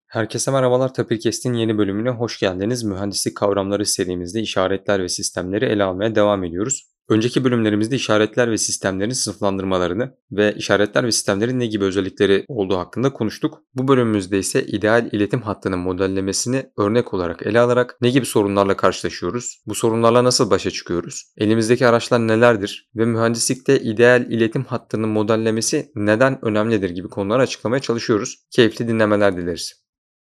Herkese merhabalar. Tapirkest'in yeni bölümüne hoş geldiniz. Mühendislik kavramları serimizde işaretler ve sistemleri ele almaya devam ediyoruz. Önceki bölümlerimizde işaretler ve sistemlerin sınıflandırmalarını ve işaretler ve sistemlerin ne gibi özellikleri olduğu hakkında konuştuk. Bu bölümümüzde ise ideal iletim hattının modellemesini örnek olarak ele alarak ne gibi sorunlarla karşılaşıyoruz? Bu sorunlarla nasıl başa çıkıyoruz? Elimizdeki araçlar nelerdir? Ve mühendislikte ideal iletim hattının modellemesi neden önemlidir gibi konuları açıklamaya çalışıyoruz. Keyifli dinlemeler dileriz.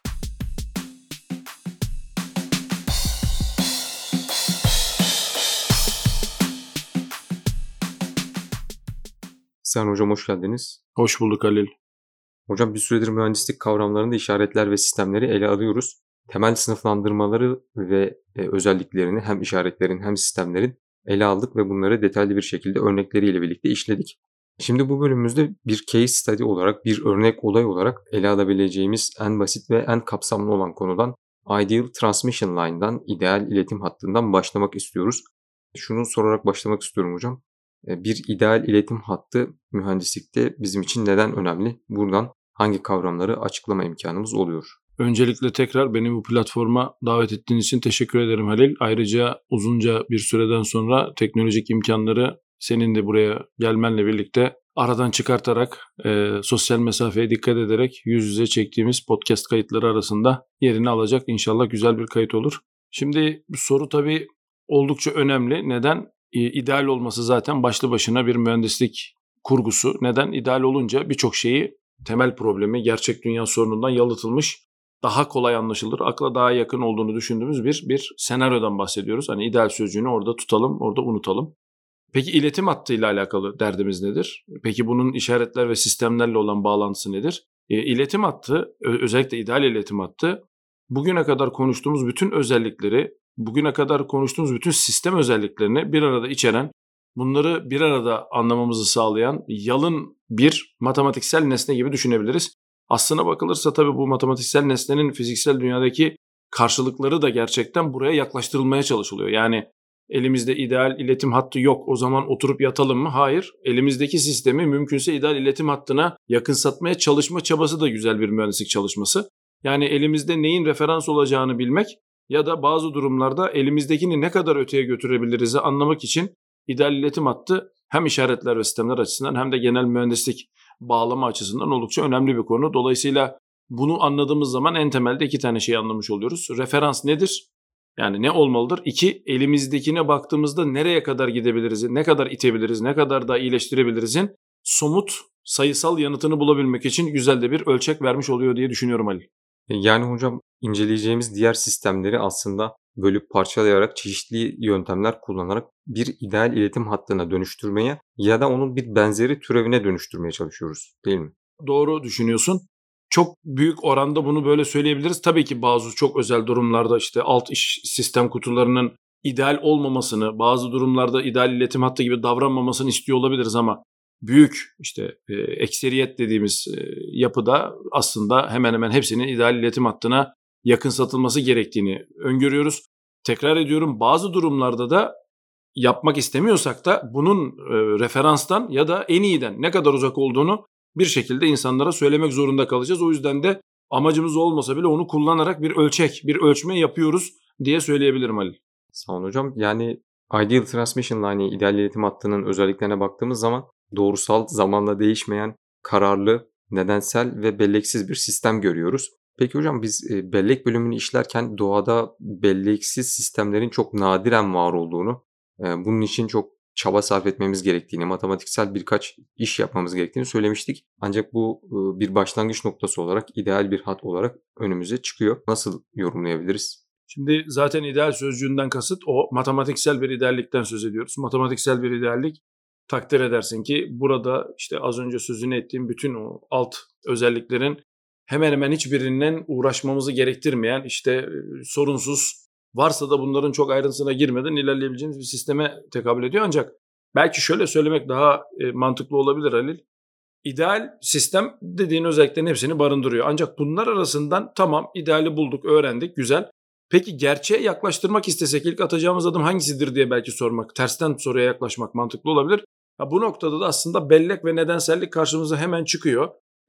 Sen hocam hoş geldiniz. Hoş bulduk Halil. Hocam bir süredir mühendislik kavramlarında işaretler ve sistemleri ele alıyoruz. Temel sınıflandırmaları ve özelliklerini hem işaretlerin hem sistemlerin ele aldık ve bunları detaylı bir şekilde örnekleriyle birlikte işledik. Şimdi bu bölümümüzde bir case study olarak, bir örnek olay olarak ele alabileceğimiz en basit ve en kapsamlı olan konudan Ideal Transmission Line'dan, ideal iletim hattından başlamak istiyoruz. Şunu sorarak başlamak istiyorum hocam. Bir ideal iletim hattı mühendislikte bizim için neden önemli? Buradan hangi kavramları açıklama imkanımız oluyor? Öncelikle tekrar beni bu platforma davet ettiğiniz için teşekkür ederim Halil. Ayrıca uzunca bir süreden sonra teknolojik imkanları senin de buraya gelmenle birlikte aradan çıkartarak sosyal mesafeye dikkat ederek yüz yüze çektiğimiz podcast kayıtları arasında yerini alacak. İnşallah güzel bir kayıt olur. Şimdi bu soru tabii oldukça önemli. Neden? İdeal olması zaten başlı başına bir mühendislik kurgusu. Neden? İdeal olunca birçok şeyi, temel problemi, gerçek dünya sorunundan yalıtılmış, daha kolay anlaşılır, akla daha yakın olduğunu düşündüğümüz bir senaryodan bahsediyoruz. Hani ideal sözcüğünü orada tutalım, orada unutalım. Peki iletim hattıyla alakalı derdimiz nedir? Peki bunun işaretler ve sistemlerle olan bağlantısı nedir? İletim hattı, özellikle ideal iletim hattı, bugüne kadar konuştuğumuz bütün özellikleri, bugüne kadar konuştuğumuz bütün sistem özelliklerini bir arada içeren, bunları bir arada anlamamızı sağlayan yalın bir matematiksel nesne gibi düşünebiliriz. Aslına bakılırsa tabii bu matematiksel nesnenin fiziksel dünyadaki karşılıkları da gerçekten buraya yaklaştırılmaya çalışılıyor. Yani elimizde ideal iletim hattı yok, o zaman oturup yatalım mı? Hayır. Elimizdeki sistemi mümkünse ideal iletim hattına yakınsatmaya çalışma çabası da güzel bir mühendislik çalışması. Yani elimizde neyin referans olacağını bilmek ya da bazı durumlarda elimizdekini ne kadar öteye götürebiliriz anlamak için ideal iletim hattı hem işaretler ve sistemler açısından hem de genel mühendislik bağlama açısından oldukça önemli bir konu. Dolayısıyla bunu anladığımız zaman en temelde iki tane şey anlamış oluyoruz. Referans nedir? Yani ne olmalıdır? İki, elimizdekine baktığımızda nereye kadar gidebiliriz, ne kadar itebiliriz, ne kadar da iyileştirebilirizin somut sayısal yanıtını bulabilmek için güzel de bir ölçek vermiş oluyor diye düşünüyorum Ali. Yani hocam inceleyeceğimiz diğer sistemleri aslında bölüp parçalayarak çeşitli yöntemler kullanarak bir ideal iletim hattına dönüştürmeye ya da onun bir benzeri türevine dönüştürmeye çalışıyoruz, değil mi? Doğru düşünüyorsun. Çok büyük oranda bunu böyle söyleyebiliriz. Tabii ki bazı çok özel durumlarda işte alt iş sistem kutularının ideal olmamasını, bazı durumlarda ideal iletim hattı gibi davranmamasını istiyor olabiliriz ama büyük işte ekseriyet dediğimiz yapıda aslında hemen hemen hepsinin ideal iletim hattına yakın satılması gerektiğini öngörüyoruz. Tekrar ediyorum, bazı durumlarda da yapmak istemiyorsak da bunun referanstan ya da en iyiden ne kadar uzak olduğunu bir şekilde insanlara söylemek zorunda kalacağız. O yüzden de amacımız olmasa bile onu kullanarak bir ölçek, bir ölçme yapıyoruz diye söyleyebilirim Ali. Sağ olun hocam. Yani Ideal Transmission Line, ideal iletim hattının özelliklerine baktığımız zaman doğrusal, zamanla değişmeyen, kararlı, nedensel ve belleksiz bir sistem görüyoruz. Peki hocam biz bellek bölümünü işlerken doğada belleksiz sistemlerin çok nadiren var olduğunu, bunun için çok çaba sarf etmemiz gerektiğini, matematiksel birkaç iş yapmamız gerektiğini söylemiştik. Ancak bu bir başlangıç noktası olarak, ideal bir hat olarak önümüze çıkıyor. Nasıl yorumlayabiliriz? Şimdi zaten ideal sözcüğünden kasıt o matematiksel bir ideallikten söz ediyoruz. Matematiksel bir ideallik, takdir edersin ki burada işte az önce sözünü ettiğim bütün o alt özelliklerin hemen hemen hiçbirinden uğraşmamızı gerektirmeyen, işte sorunsuz, varsa da bunların çok ayrıntısına girmeden ilerleyebileceğimiz bir sisteme tekabül ediyor. Ancak belki şöyle söylemek daha mantıklı olabilir Halil. İdeal sistem dediğin özelliklerin hepsini barındırıyor. Ancak bunlar arasından tamam, ideali bulduk, öğrendik, güzel. Peki gerçeğe yaklaştırmak istesek ilk atacağımız adım hangisidir diye belki sormak, tersten soruya yaklaşmak mantıklı olabilir. Bu noktada da aslında bellek ve nedensellik karşımıza hemen çıkıyor.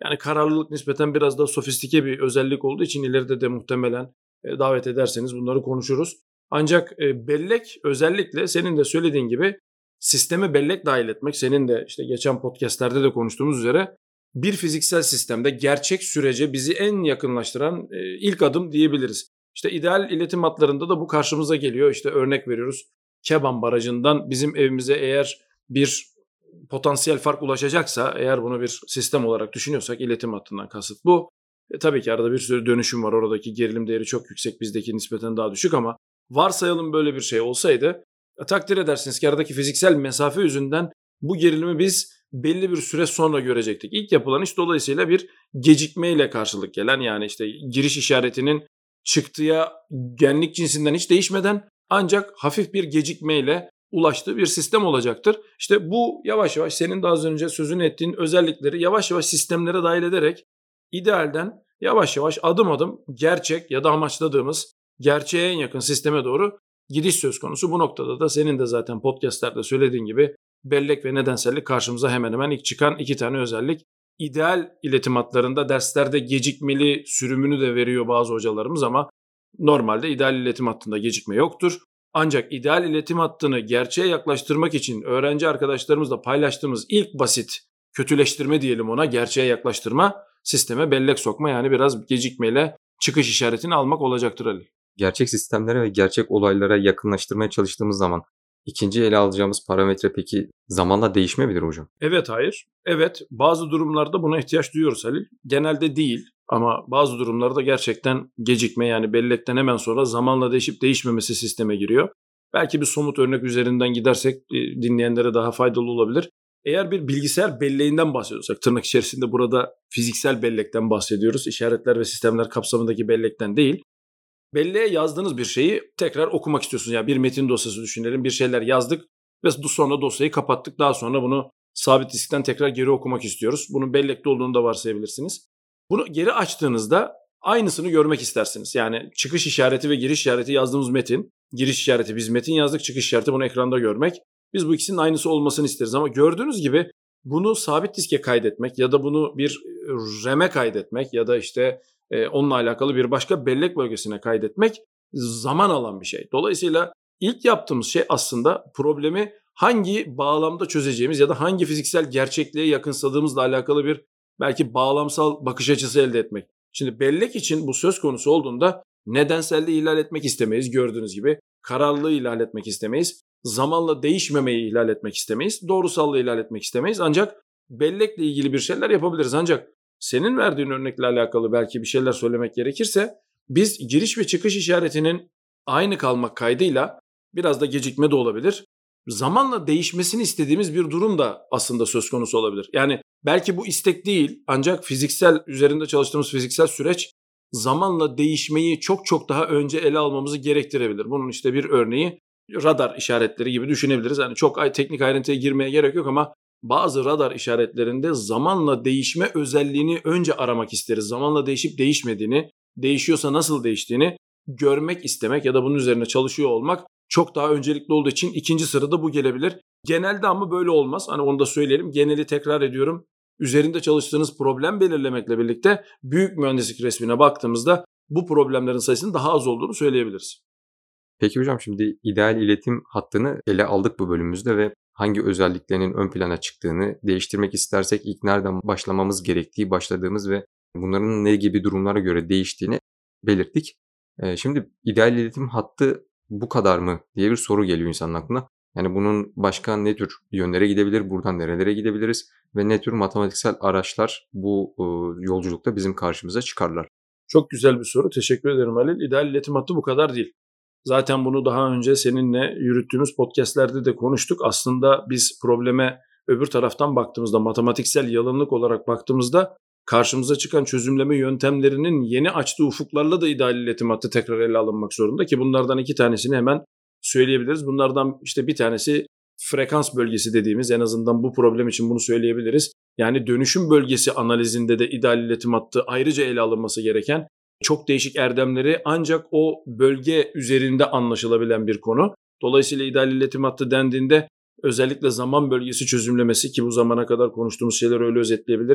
Yani kararlılık nispeten biraz daha sofistike bir özellik olduğu için ileride de muhtemelen davet ederseniz bunları konuşuruz. Ancak bellek özellikle senin de söylediğin gibi sisteme bellek dahil etmek, senin de işte geçen podcastlerde de konuştuğumuz üzere bir fiziksel sistemde gerçek sürece bizi en yakınlaştıran ilk adım diyebiliriz. İşte ideal iletim hatlarında da bu karşımıza geliyor. İşte örnek veriyoruz. Keban Barajı'ndan bizim evimize eğer bir potansiyel fark ulaşacaksa, eğer bunu bir sistem olarak düşünüyorsak iletim hattından kasıt bu. Tabii ki arada bir sürü dönüşüm var. Oradaki gerilim değeri çok yüksek, bizdeki nispeten daha düşük ama varsayalım böyle bir şey olsaydı takdir edersiniz ki aradaki fiziksel mesafe yüzünden bu gerilimi biz belli bir süre sonra görecektik. İlk yapılan iş dolayısıyla bir gecikmeyle karşılık gelen, yani işte giriş işaretinin çıktıya genlik cinsinden hiç değişmeden ancak hafif bir gecikmeyle ulaştığı bir sistem olacaktır. İşte bu yavaş yavaş senin daha az önce sözünü ettiğin özellikleri yavaş yavaş sistemlere dahil ederek idealden yavaş yavaş adım adım gerçek ya da amaçladığımız gerçeğe en yakın sisteme doğru gidiş söz konusu. Bu noktada da senin de zaten podcastlerde söylediğin gibi bellek ve nedensellik karşımıza hemen hemen ilk çıkan iki tane özellik. İdeal iletim hatlarında derslerde gecikmeli sürümünü de veriyor bazı hocalarımız ama normalde ideal iletim hattında gecikme yoktur. Ancak ideal iletim hattını gerçeğe yaklaştırmak için öğrenci arkadaşlarımızla paylaştığımız ilk basit kötüleştirme diyelim ona, gerçeğe yaklaştırma, sisteme bellek sokma, yani biraz gecikmeyle çıkış işaretini almak olacaktır Ali. Gerçek sistemlere ve gerçek olaylara yakınlaştırmaya çalıştığımız zaman ikinci ele alacağımız parametre peki zamanla değişmeyebilir hocam? Evet, hayır. Evet, bazı durumlarda buna ihtiyaç duyuyoruz Halil. Genelde değil ama bazı durumlarda gerçekten gecikme, yani bellekten hemen sonra zamanla değişip değişmemesi sisteme giriyor. Belki bir somut örnek üzerinden gidersek dinleyenlere daha faydalı olabilir. Eğer bir bilgisayar belleğinden bahsediyorsak, tırnak içerisinde burada fiziksel bellekten bahsediyoruz. İşaretler ve sistemler kapsamındaki bellekten değil. Belleğe yazdığınız bir şeyi tekrar okumak istiyorsunuz. Yani bir metin dosyası düşünelim. Bir şeyler yazdık ve sonra dosyayı kapattık. Daha sonra bunu sabit diskten tekrar geri okumak istiyoruz. Bunun bellekte olduğunu da varsayabilirsiniz. Bunu geri açtığınızda aynısını görmek istersiniz. Yani çıkış işareti ve giriş işareti yazdığımız metin. Giriş işareti biz metin yazdık, çıkış işareti bunu ekranda görmek. Biz bu ikisinin aynısı olmasını isteriz ama gördüğünüz gibi bunu sabit diske kaydetmek ya da bunu bir RAM'e kaydetmek ya da işte onunla alakalı bir başka bellek bölgesine kaydetmek zaman alan bir şey. Dolayısıyla ilk yaptığımız şey aslında problemi hangi bağlamda çözeceğimiz ya da hangi fiziksel gerçekliğe yakınsadığımızla alakalı bir belki bağlamsal bakış açısı elde etmek. Şimdi bellek için bu söz konusu olduğunda nedenselliği ihlal etmek istemeyiz, gördüğünüz gibi. Kararlılığı ihlal etmek istemeyiz. Zamanla değişmemeyi ihlal etmek istemeyiz. Doğrusallığı ihlal etmek istemeyiz. Ancak bellekle ilgili bir şeyler yapabiliriz. Ancak senin verdiğin örnekle alakalı belki bir şeyler söylemek gerekirse biz giriş ve çıkış işaretinin aynı kalmak kaydıyla biraz da gecikme de olabilir. Zamanla değişmesini istediğimiz bir durum da aslında söz konusu olabilir. Yani belki bu istek değil ancak fiziksel, üzerinde çalıştığımız fiziksel süreç zamanla değişmeyi çok çok daha önce ele almamızı gerektirebilir. Bunun işte bir örneği radar işaretleri gibi düşünebiliriz. Yani çok teknik ayrıntıya girmeye gerek yok ama bazı radar işaretlerinde zamanla değişme özelliğini önce aramak isteriz. Zamanla değişip değişmediğini, değişiyorsa nasıl değiştiğini görmek istemek ya da bunun üzerine çalışıyor olmak çok daha öncelikli olduğu için ikinci sırada bu gelebilir. Genelde ama böyle olmaz. Hani onu da söyleyelim. Geneli tekrar ediyorum. Üzerinde çalıştığınız problem belirlemekle birlikte büyük mühendislik resmine baktığımızda bu problemlerin sayısının daha az olduğunu söyleyebiliriz. Peki hocam şimdi ideal iletim hattını ele aldık bu bölümümüzde ve hangi özelliklerinin ön plana çıktığını, değiştirmek istersek ilk nereden başlamamız gerektiği, başladığımız ve bunların ne gibi durumlara göre değiştiğini belirttik. Şimdi ideal iletim hattı bu kadar mı diye bir soru geliyor insanın aklına. Yani bunun başka ne tür yönlere gidebilir, buradan nerelere gidebiliriz ve ne tür matematiksel araçlar bu yolculukta bizim karşımıza çıkarlar? Çok güzel bir soru. Teşekkür ederim Halil. İdeal iletim hattı bu kadar değil. Zaten bunu daha önce seninle yürüttüğümüz podcastlerde de konuştuk. Aslında biz probleme öbür taraftan baktığımızda, matematiksel yalınlık olarak baktığımızda karşımıza çıkan çözümleme yöntemlerinin yeni açtığı ufuklarla da ideal iletim hattı tekrar ele alınmak zorunda ki bunlardan iki tanesini hemen söyleyebiliriz. Bunlardan işte bir tanesi frekans bölgesi dediğimiz, en azından bu problem için bunu söyleyebiliriz. Yani dönüşüm bölgesi analizinde de ideal iletim hattı ayrıca ele alınması gereken, çok değişik erdemleri ancak o bölge üzerinde anlaşılabilen bir konu. Dolayısıyla ideal iletim hattı dendiğinde özellikle zaman bölgesi çözümlemesi, ki bu zamana kadar konuştuğumuz şeyleri öyle özetleyebiliriz.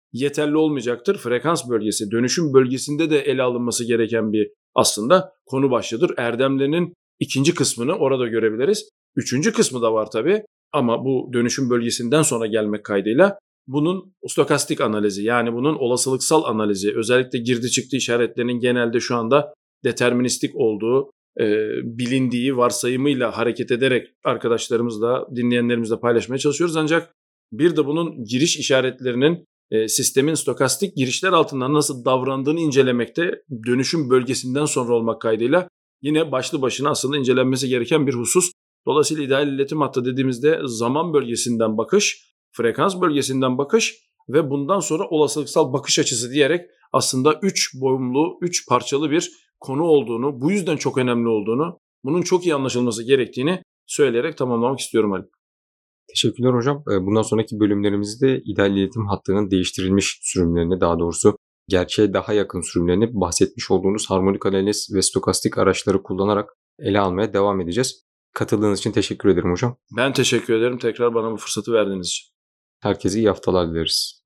yeterli olmayacaktır. Frekans bölgesi, dönüşüm bölgesinde de ele alınması gereken bir aslında konu başlığıdır. Erdemlerinin ikinci kısmını orada görebiliriz. Üçüncü kısmı da var tabii ama bu dönüşüm bölgesinden sonra gelmek kaydıyla bunun stokastik analizi, yani bunun olasılıksal analizi, özellikle girdi çıktı işaretlerinin genelde şu anda deterministik olduğu bilindiği varsayımıyla hareket ederek arkadaşlarımızla, dinleyenlerimizle paylaşmaya çalışıyoruz. Ancak bir de bunun giriş işaretlerinin sistemin stokastik girişler altından nasıl davrandığını incelemekte, dönüşüm bölgesinden sonra olmak kaydıyla yine başlı başına aslında incelenmesi gereken bir husus. Dolayısıyla ideal iletim hattı dediğimizde zaman bölgesinden bakış, frekans bölgesinden bakış ve bundan sonra olasılıksal bakış açısı diyerek aslında 3 boyumlu, 3 parçalı bir konu olduğunu, bu yüzden çok önemli olduğunu, bunun çok iyi anlaşılması gerektiğini söyleyerek tamamlamak istiyorum Ali. Teşekkürler hocam. Bundan sonraki bölümlerimizde ideal iletim hattının değiştirilmiş sürümlerini, daha doğrusu gerçeğe daha yakın sürümlerini bahsetmiş olduğunuz harmonik analiz ve stokastik araçları kullanarak ele almaya devam edeceğiz. Katıldığınız için teşekkür ederim hocam. Ben teşekkür ederim tekrar bana bu fırsatı verdiğiniz için. Herkese iyi haftalar dileriz.